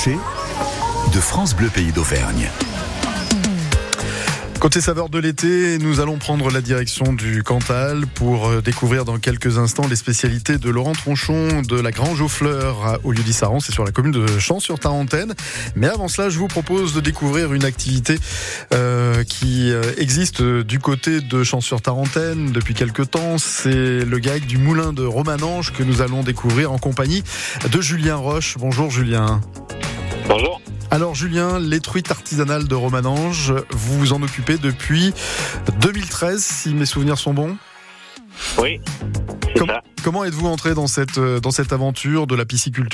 marché de France Bleu Pays d'Auvergne. Côté saveur de l'été, nous allons prendre la direction du Cantal pour découvrir dans quelques instants les spécialités de Laurent Tronchon de la Grange aux Fleurs à Olieu-d'Issaran. C'est sur la commune de Champs-sur-Tarentaine. Mais avant cela, je vous propose de découvrir une activité qui existe du côté de Champs-sur-Tarentaine depuis quelques temps. C'est le GAEC du Moulin de Romanenche que nous allons découvrir en compagnie de Julien Roche. Bonjour Julien. Bonjour. Alors Julien, les truites artisanales de Romanenche, vous vous en occupez depuis 2013, si mes souvenirs sont bons. Oui, c'est ça. Comment êtes-vous entré dans cette aventure de la pisciculture ?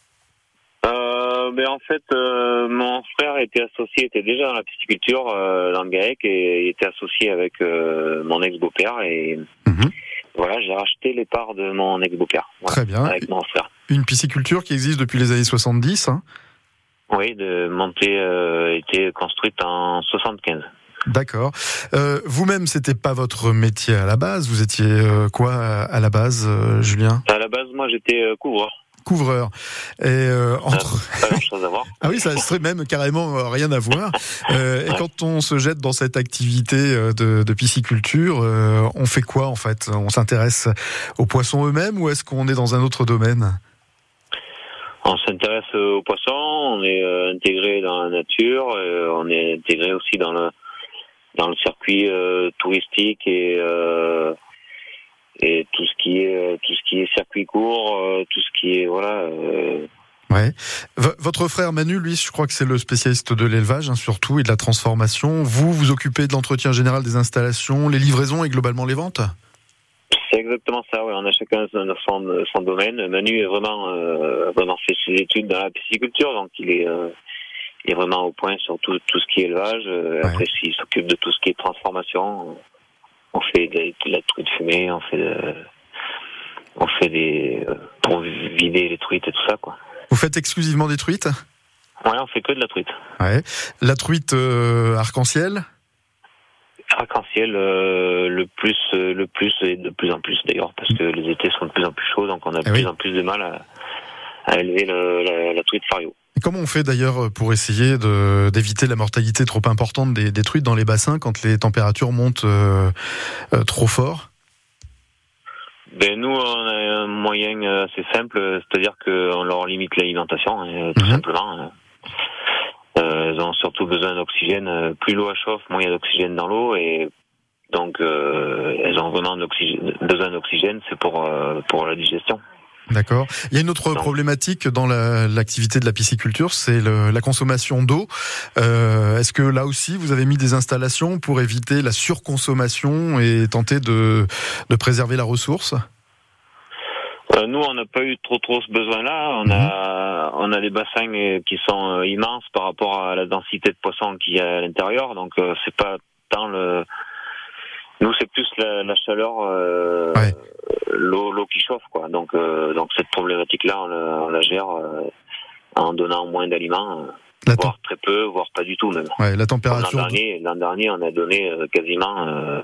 En fait, mon frère était déjà dans la pisciculture dans le GAEC et il était associé avec mon ex-beau-père et voilà, j'ai racheté les parts de mon ex-beau-père. Voilà, très bien. Avec mon frère. Une pisciculture qui existe depuis les années 70, hein ? Oui, de montée été construite en 75. D'accord. Vous-même, c'était pas votre métier à la base. Vous étiez quoi à la base, Julien ? À la base, moi, j'étais couvreur. Couvreur. Et pas grand-chose à voir. Ah oui, ça serait même carrément rien à voir. Et quand on se jette dans cette activité de pisciculture, on fait quoi en fait ? On s'intéresse aux poissons eux-mêmes ou est-ce qu'on est dans un autre domaine ? On s'intéresse aux poissons, on est intégré dans la nature, on est intégré aussi dans le circuit touristique et tout ce qui est circuit court, tout ce qui est voilà. Ouais. Votre frère Manu, lui, je crois que c'est le spécialiste de l'élevage, hein, surtout, et de la transformation. Vous vous occupez de l'entretien général des installations, les livraisons et globalement les ventes ? C'est exactement ça, oui. On a chacun son domaine. Manu est vraiment fait ses études dans la pisciculture, donc il est vraiment au point sur tout ce qui est élevage. Après, il s'occupe de tout ce qui est transformation. On fait de la truite fumée, on fait des pour vider les truites et tout ça, quoi. Vous faites exclusivement des truites ? Ouais, on fait que de la truite. Ouais. La truite arc-en-ciel ? Arc-en-ciel le plus et de plus en plus d'ailleurs, parce que les étés sont de plus en plus chauds, donc on a de plus en plus de mal à élever la truite fario. Et comment on fait d'ailleurs pour essayer d'éviter la mortalité trop importante des truites dans les bassins quand les températures montent trop fort ? Nous, on a un moyen assez simple, c'est-à-dire qu'on leur limite l'alimentation, tout simplement. Elles ont surtout besoin d'oxygène. Plus l'eau chauffe, moins il y a d'oxygène dans l'eau, et donc elles ont vraiment besoin d'oxygène. C'est pour la digestion. D'accord. Il y a une autre problématique dans l'activité de la pisciculture, c'est la consommation d'eau. Est-ce que là aussi vous avez mis des installations pour éviter la surconsommation et tenter de préserver la ressource ? Nous, on n'a pas eu trop ce besoin-là. On a des bassins qui sont immenses par rapport à la densité de poissons qu'il y a à l'intérieur. Donc, c'est pas tant nous, c'est plus la chaleur, l'eau qui chauffe, quoi. Donc cette problématique-là, on la gère en donnant moins d'aliments, voire très peu, voire pas du tout même. Ouais, la température. L'an dernier, on a donné quasiment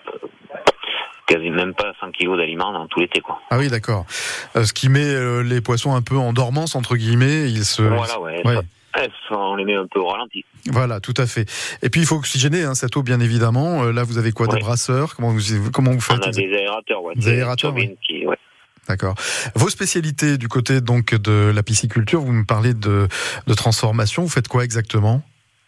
même pas 100 kilos d'aliments dans tout l'été, quoi. Ah oui, d'accord. Ce qui met les poissons un peu en dormance, entre guillemets. Voilà, ouais. On les met un peu au ralenti. Voilà, tout à fait. Et puis il faut oxygéner cette eau, bien évidemment. Là, vous avez quoi, des brasseurs ? Comment vous faites ? On a des aérateurs, Des aérateurs, D'accord. Vos spécialités du côté donc de la pisciculture, vous me parlez de transformation. Vous faites quoi exactement ?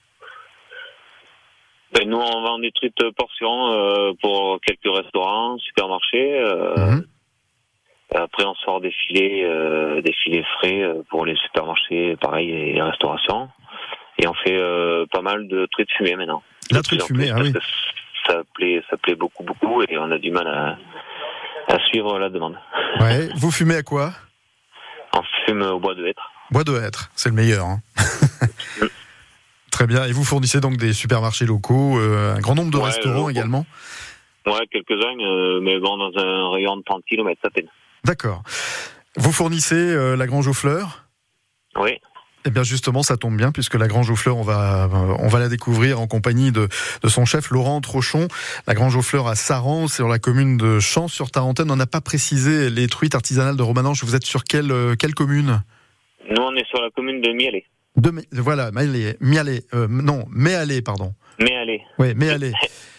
Nous, on vend des truites portions pour quelques restaurants, supermarchés. Après, on sort des filets frais pour les supermarchés, pareil, et les restaurations. Et on fait pas mal de truites fumées maintenant. La truite fumée, oui. Ça plaît beaucoup, et on a du mal à suivre la demande. Ouais. Vous fumez à quoi ? On fume au bois de hêtre. Bois de hêtre, c'est le meilleur. Très bien. Et vous fournissez donc des supermarchés locaux, un grand nombre de restaurants également ? Ouais, quelques-uns, mais bon, dans un rayon de 30 km à peine. D'accord. Vous fournissez la Grange aux Fleurs ? Oui. Eh bien justement, ça tombe bien, puisque la Grange aux Fleurs, on va la découvrir en compagnie de son chef Laurent Tronchon. La Grange aux Fleurs à Saran, c'est dans la commune de Champs-sur-Tarentaine. On n'a pas précisé les truites artisanales de Romanenche. Vous êtes sur quelle commune ? Nous, on est sur la commune de Mialet. Voilà, Méalé, pardon. Méalé. Oui, Méalé.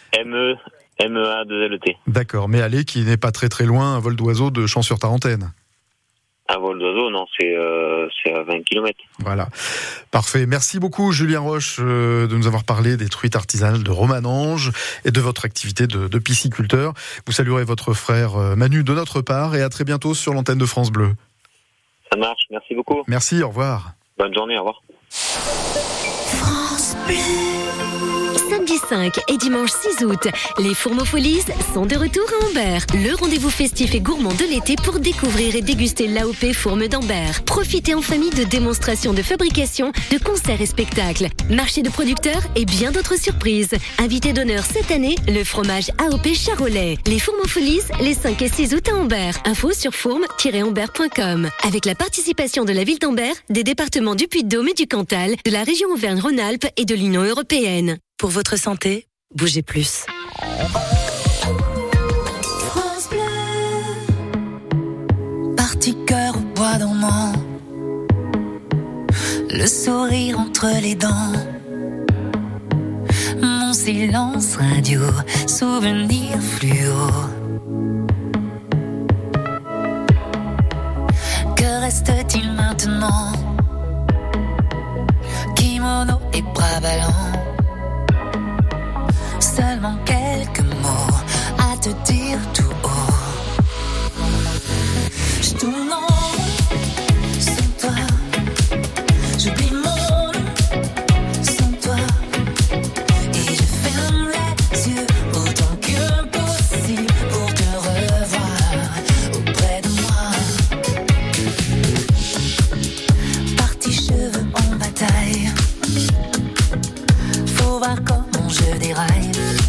MEA2LT. D'accord, Méalé qui n'est pas très très loin, à vol d'oiseau de Champs-sur-Tarentaine. À vol d'oiseau, non, c'est à 20 km. Voilà, parfait. Merci beaucoup Julien Roche de nous avoir parlé des truites artisanales de Romanenges et de votre activité de pisciculteur. Vous saluerez votre frère Manu de notre part et à très bientôt sur l'antenne de France Bleu. Ça marche, merci beaucoup. Merci, au revoir. Bonne journée, au revoir. France Bleu. Samedi 5 et dimanche 6 août, les Fourmofolies sont de retour à Ambert. Le rendez-vous festif et gourmand de l'été pour découvrir et déguster l'AOP Fourme d'Ambert. Profitez en famille de démonstrations de fabrication, de concerts et spectacles, marché de producteurs et bien d'autres surprises. Invité d'honneur cette année, le fromage AOP Charolais. Les Fourmofolies, les 5 et 6 août à Ambert. Info sur fourme-ambert.com. Avec la participation de la ville d'Ambert, des départements du Puy-de-Dôme et du Cantal, de la région Auvergne-Rhône-Alpes et de l'Union européenne. Pour votre santé, bougez plus. France Bleu. Parti cœur au bois dormant, le sourire entre les dents, mon silence radio, souvenir fluo. Que reste-t-il maintenant? Kimono et bras ballants, seulement quelques mots à te dire tout haut. Je tourne en rond sans toi, j'oublie mon nom sans toi, et je ferme les yeux autant que possible pour te revoir auprès de moi. Parti cheveux en bataille, faut voir comment je déraille.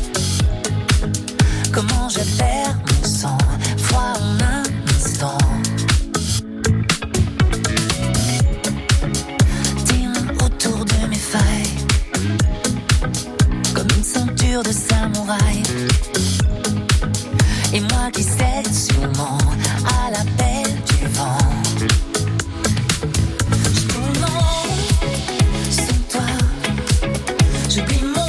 Comment je perds mon sang, froid en un instant. Dis-moi autour de mes failles, comme une ceinture de samouraï. Et moi qui cède sûrement à l'appel du vent. Je tourne en rond sans toi, j'oublie mon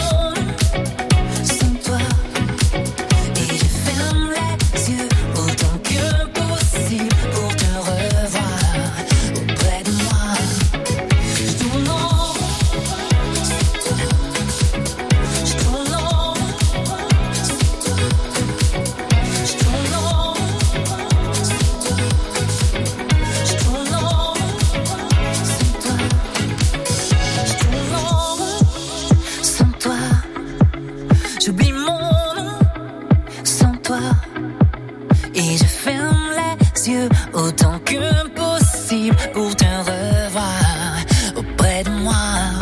autant que possible pour te revoir auprès de moi.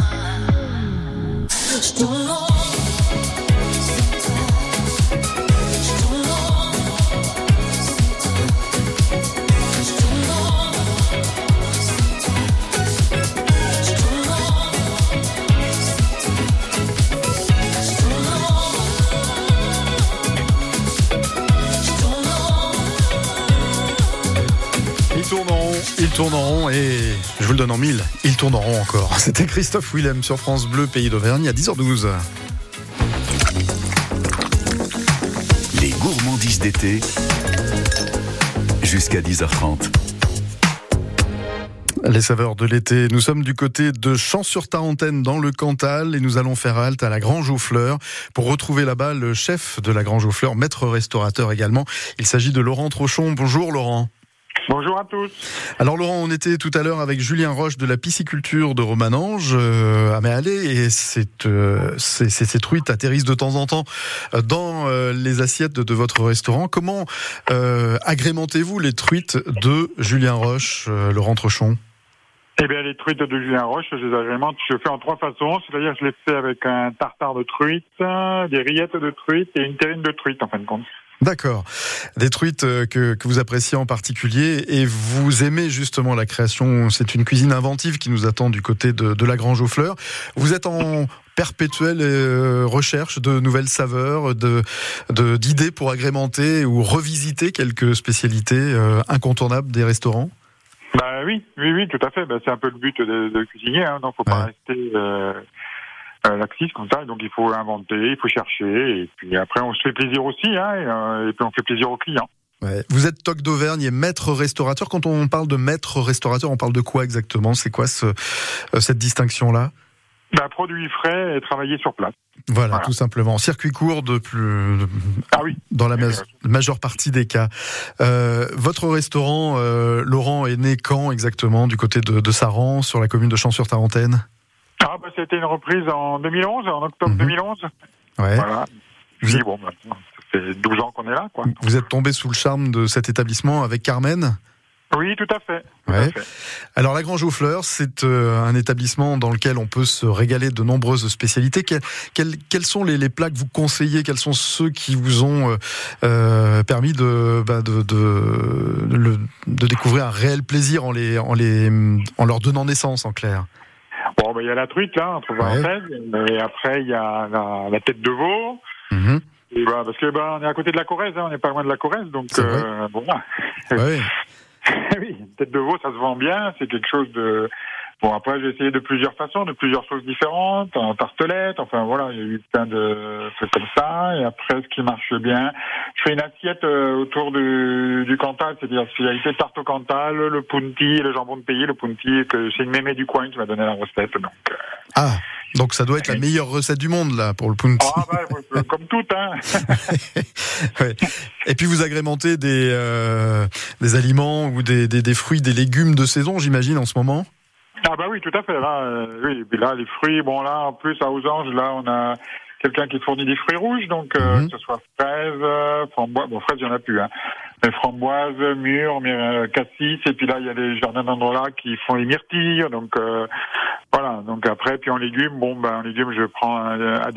Je tourne en rond sans toi, je tourne en rond sans toi, je tourne en rond sans toi, je tourne en rond sans toi, je tourne en rond, je tourne en rond. Il tourne en rond et je vous le donne en mille, il tourne en rond encore. C'était Christophe Willem sur France Bleu, Pays d'Auvergne, à 10h12. Les gourmandises d'été, jusqu'à 10h30. Les saveurs de l'été, nous sommes du côté de Champs-sur-Tarentaine dans le Cantal et nous allons faire halte à la Grange aux Fleurs pour retrouver là-bas le chef de la Grange aux Fleurs, maître restaurateur également. Il s'agit de Laurent Trochon. Bonjour Laurent. Bonjour à tous. Alors Laurent, on était tout à l'heure avec Julien Roche de la pisciculture de Romanenges à Méalé et ces truites atterrissent de temps en temps dans les assiettes de votre restaurant. Comment agrémentez-vous les truites de Julien Roche, Laurent Trochon ? Eh bien, les truites de Julien Roche, je les agrémente. Je fais en trois façons. C'est-à-dire, je les fais avec un tartare de truite, des rillettes de truite et une terrine de truite, en fin de compte. D'accord. Des truites que vous appréciez en particulier et vous aimez justement la création. C'est une cuisine inventive qui nous attend du côté de la Grange aux Fleurs. Vous êtes en perpétuelle recherche de nouvelles saveurs, d'idées pour agrémenter ou revisiter quelques spécialités incontournables des restaurants. Bah oui, tout à fait. Bah, c'est un peu le but de cuisinier, hein. Donc faut pas rester laxiste comme ça. Donc il faut inventer, il faut chercher, et puis après on se fait plaisir aussi, hein, et puis on fait plaisir aux clients. Ouais. Vous êtes toc d'Auvergne et maître restaurateur. Quand on parle de maître restaurateur, on parle de quoi exactement ? C'est quoi cette distinction-là ? Bah, produits frais et travailler sur place. Voilà, tout simplement. Circuit court dans la majeure partie des cas. Votre restaurant, Laurent, est né quand exactement du côté de Saran, sur la commune de Champs-sur-Tarentaine ? Ah bah c'était une reprise en 2011, en octobre 2011. Ouais. Voilà. Bon, maintenant, ça fait 12 ans qu'on est là, quoi. Vous êtes tombé sous le charme de cet établissement avec Carmen ? Oui, tout à fait. Alors la Grange aux Fleurs, c'est un établissement dans lequel on peut se régaler de nombreuses spécialités. Quels sont les plats que vous conseillez ? Quels sont ceux qui vous ont permis de découvrir un réel plaisir en leur donnant naissance, en clair ? Bon, il y a la truite, là, entre parenthèses, et après il y a la tête de veau. Et parce que on est à côté de la Corrèze, hein, on n'est pas loin de la Corrèze, donc bon. Oui, tête de veau, ça se vend bien, c'est quelque chose de... Bon, après, j'ai essayé de plusieurs façons, de plusieurs choses différentes, en tartelette, enfin voilà, il y a eu plein de trucs comme ça, et après, ce qui marche bien, je fais une assiette autour du Cantal, c'est-à-dire spécialité tarte au Cantal, le punti, le jambon de pays, le punti, c'est une mémé du coin qui m'a donné la recette, donc... Donc ça doit être la meilleure recette du monde, là, pour le punti. Comme tout, hein. Ouais. Et puis vous agrémentez des aliments ou des fruits, des légumes de saison, j'imagine, en ce moment ? Ah bah oui, tout à fait. Là, oui. Et puis là, les fruits, bon là, en plus, à Ausange, là, on a quelqu'un qui fournit des fruits rouges, donc que ce soit fraises, framboises, bon, fraises, il n'y en a plus, hein. Les framboises, mûres, cassis, et puis là, il y a les jardins d'Androla qui font les myrtilles, donc voilà. Donc après, puis en légumes, en légumes, je prends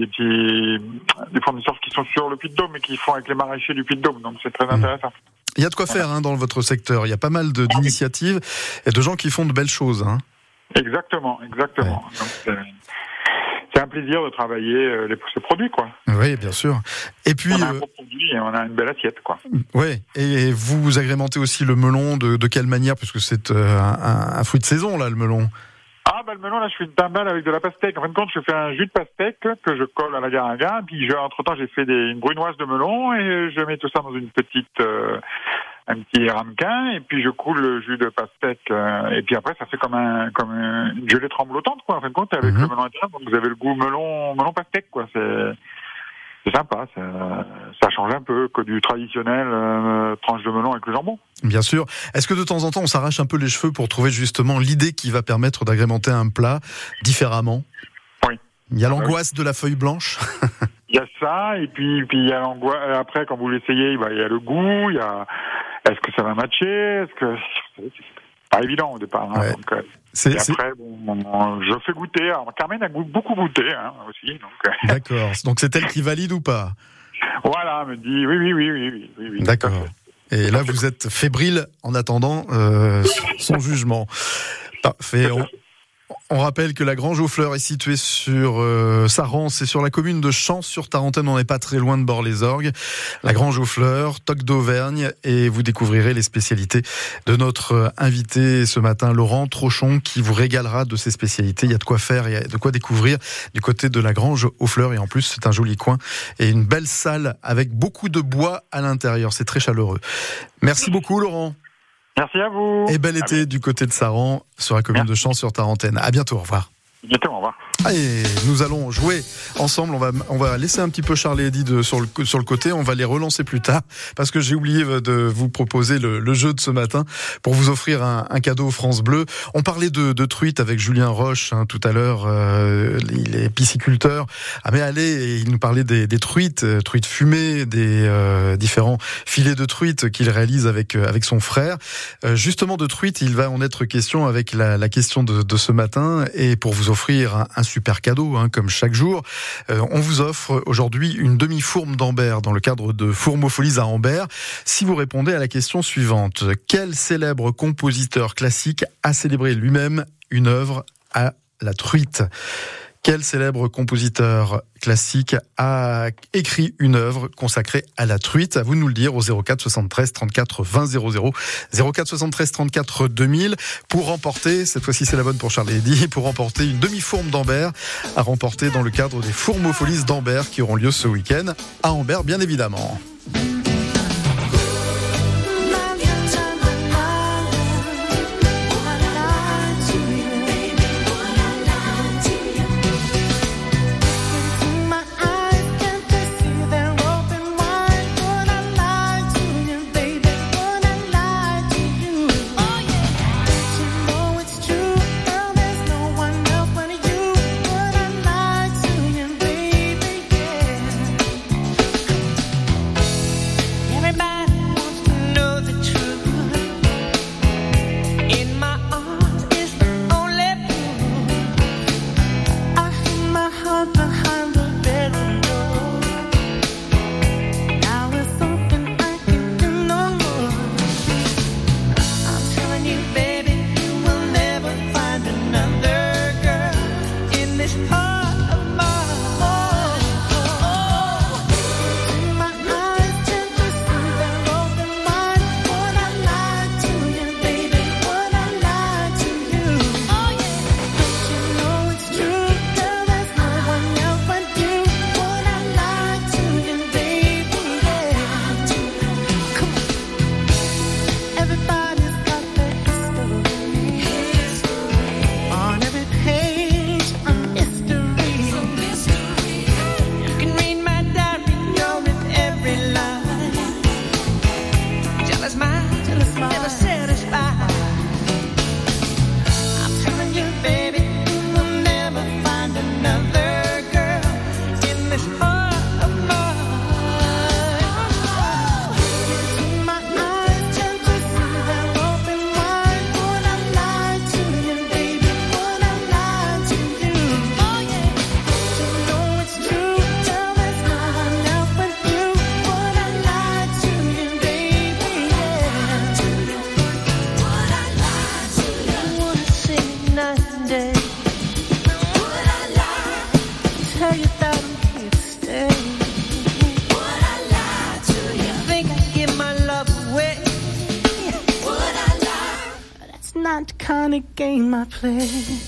des fournisseurs qui sont sur le Puy-de-Dôme, mais qui font avec les maraîchers du Puy-de-Dôme, donc c'est très intéressant. Il y a de quoi faire dans votre secteur. Il y a pas mal d'initiatives et de gens qui font de belles choses. Hein. Exactement. Ouais. Donc, c'est un plaisir de travailler ces produits, quoi. Oui, bien sûr. Et puis, on a un bon produit et on a une belle assiette, quoi. Oui, et vous agrémentez aussi le melon de quelle manière ? Puisque c'est un fruit de saison, là, le melon. Le melon, là, je fais une timbale avec de la pastèque. En fin de compte, je fais un jus de pastèque que je colle à la garinga. Puis, entre-temps, j'ai fait une brunoise de melon et je mets tout ça dans une un petit ramequin, et puis je coule le jus de pastèque, et puis après ça fait comme une gelée tremblotante, quoi, en fin de compte, avec le melon intérieur. Donc vous avez le goût melon pastèque, quoi. C'est sympa, ça change un peu que du traditionnel tranche de melon avec le jambon. Bien sûr. Est-ce que de temps en temps on s'arrache un peu les cheveux pour trouver justement l'idée qui va permettre d'agrémenter un plat différemment ? Oui. Il y a l'angoisse de la feuille blanche. Il y a ça, et puis il y a l'angoisse. Après, quand vous l'essayez, il y a le goût, il y a... Est-ce que ça va matcher ? Est-ce que... C'est pas évident au départ. Hein, donc, après, je fais goûter. Alors, Carmen a beaucoup goûté, hein, aussi. Donc... D'accord. Donc c'est elle qui valide ou pas ? Voilà, elle me dit oui. D'accord. Et là, vous êtes fébrile en attendant son jugement. Parfait. On rappelle que la Grange aux Fleurs est située sur Saran, c'est sur la commune de Champs-sur-Tarentaine, on n'est pas très loin de Bord-les-Orgues. La Grange aux Fleurs, toc d'Auvergne, et vous découvrirez les spécialités de notre invité ce matin, Laurent Trochon, qui vous régalera de ses spécialités. Il y a de quoi faire, il y a de quoi découvrir du côté de la Grange aux Fleurs, et en plus c'est un joli coin et une belle salle avec beaucoup de bois à l'intérieur, c'est très chaleureux. Merci beaucoup Laurent. Merci à vous. Et bel été du côté de Saran, sur la commune de Champs-sur-Tarentaine. À bientôt, au revoir. Bientôt, au revoir. Allez, nous allons jouer ensemble. On va laisser un petit peu Charles et Eddy sur le côté. On va les relancer plus tard parce que j'ai oublié de vous proposer le jeu de ce matin pour vous offrir un cadeau France Bleu. On parlait de truite avec Julien Roche tout à l'heure. Il est pisciculteur. Mais allez, il nous parlait des truites fumées, des différents filets de truite qu'il réalise avec son frère. Justement de truite, il va en être question avec la question de ce matin, et pour vous offrir un super cadeau, comme chaque jour. On vous offre aujourd'hui une demi-fourme d'Ambert dans le cadre de Fourmophiles à Ambert. Si vous répondez à la question suivante, quel célèbre compositeur classique a célébré lui-même une œuvre à la truite ? Quel célèbre compositeur classique a écrit une œuvre consacrée à la truite? À vous de nous le dire au 04 73 34 20 00, 04 73 34 2000 pour remporter, cette fois-ci c'est la bonne pour Charles et Eddy, pour remporter une demi-fourme d'Ambert à remporter dans le cadre des Fourmofolies d'Ambert qui auront lieu ce week-end à Ambert bien évidemment. Not the kind of game I play.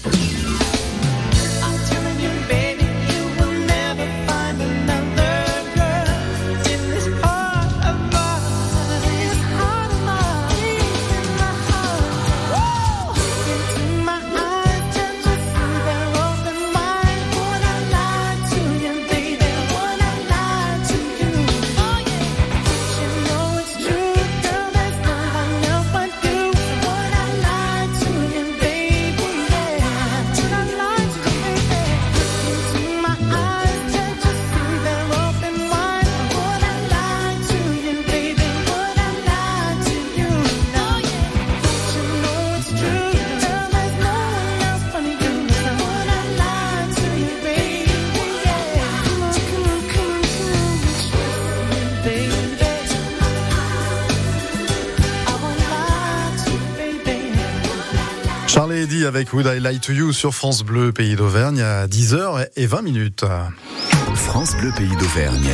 I'm telling you, baby, you will never find another girl in this heart of mine. This heart of mine, in my heart. Into my eyes, just to see their open wide. Would I lie to you, baby? Would I lie to you? Oh yeah, you know it's true, girl. There's no one else but you. Would I lie to you, baby? Yeah. Would I lie to you, baby? Into my eyes, just to see their open wide. Would I lie to you, baby? Would I lie to you? Oh yeah, you know it's true, girl. There's no one else but you. Would I lie to you, baby? Yeah. Come on, come on, come on, come on, baby. I won't lie to you, baby. Charles et Eddy avec Would I Lie to You sur France Bleu, Pays d'Auvergne à 10h20. France Bleu Pays d'Auvergne.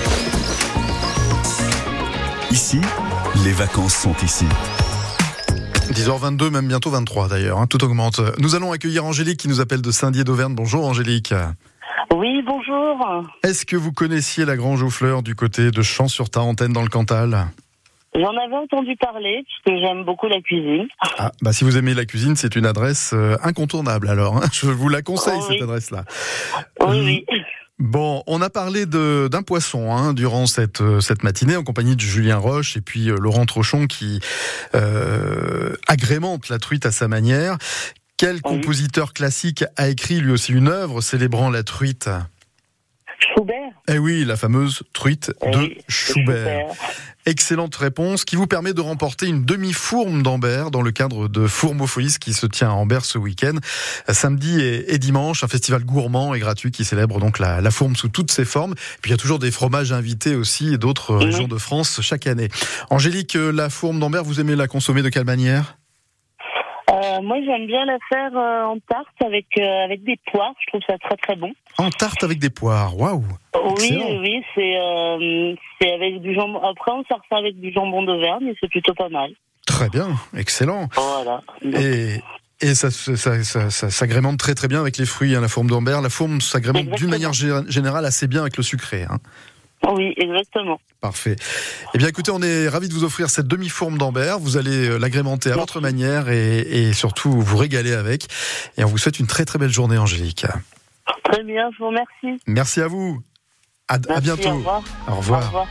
Ici, les vacances sont ici. 10h22, même bientôt 23 d'ailleurs, hein, tout augmente. Nous allons accueillir Angélique qui nous appelle de Saint-Dié d'Auvergne. Bonjour Angélique. Oui, bonjour. Est-ce que vous connaissiez la Grange aux Fleurs du côté de Champs-sur-Tarentaine dans le Cantal? J'en avais entendu parler, parce que j'aime beaucoup la cuisine. Ah, bah si vous aimez la cuisine, c'est une adresse incontournable alors, hein. Je vous la conseille Oh, cette oui. adresse-là. Oui, oui. Bon, on a parlé d'un poisson hein, durant cette matinée en compagnie de Julien Roche et puis Laurent Trochon qui agrémente la truite à sa manière. Quel compositeur classique a écrit lui aussi une œuvre célébrant la truite? Schubert. Eh oui, la fameuse truite de Oui, Schubert. Excellente réponse qui vous permet de remporter une demi-fourme d'Ambert dans le cadre de Fourmofolies qui se tient à Ambert ce week-end. Samedi et dimanche, un festival gourmand et gratuit qui célèbre donc la fourme sous toutes ses formes. Puis il y a toujours des fromages invités aussi et d'autres régions de France chaque année. Angélique, la fourme d'Ambert, vous aimez la consommer de quelle manière? Moi, j'aime bien la faire en tarte avec des poires. Je trouve ça très très bon. En tarte avec des poires, waouh! Excellent. Oui, c'est avec du jambon. Après, on sert ça avec du jambon d'Auvergne et c'est plutôt pas mal. Très bien, excellent. Voilà. Et ça s'agrémente très très bien avec les fruits, hein, la fourme d'Ambert. La fourme s'agrémente d'une manière générale assez bien avec le sucré. Hein. Oui, exactement. Parfait. Eh bien écoutez, on est ravis de vous offrir cette demi-fourme d'Ambert. Vous allez l'agrémenter à votre manière et surtout vous régaler avec. Et on vous souhaite une très très belle journée, Angélique. Très bien, je vous remercie. Merci à vous. À bientôt. Au revoir. Au revoir. Au revoir.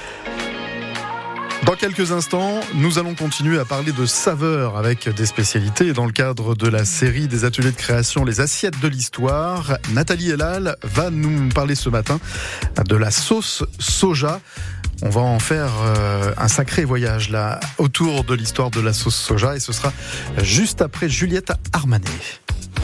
Dans quelques instants, nous allons continuer à parler de saveurs avec des spécialités. Dans le cadre de la série des ateliers de création Les Assiettes de l'Histoire, Nathalie Elal va nous parler ce matin de la sauce soja. On va en faire un sacré voyage là autour de l'histoire de la sauce soja et ce sera juste après Juliette Armanet.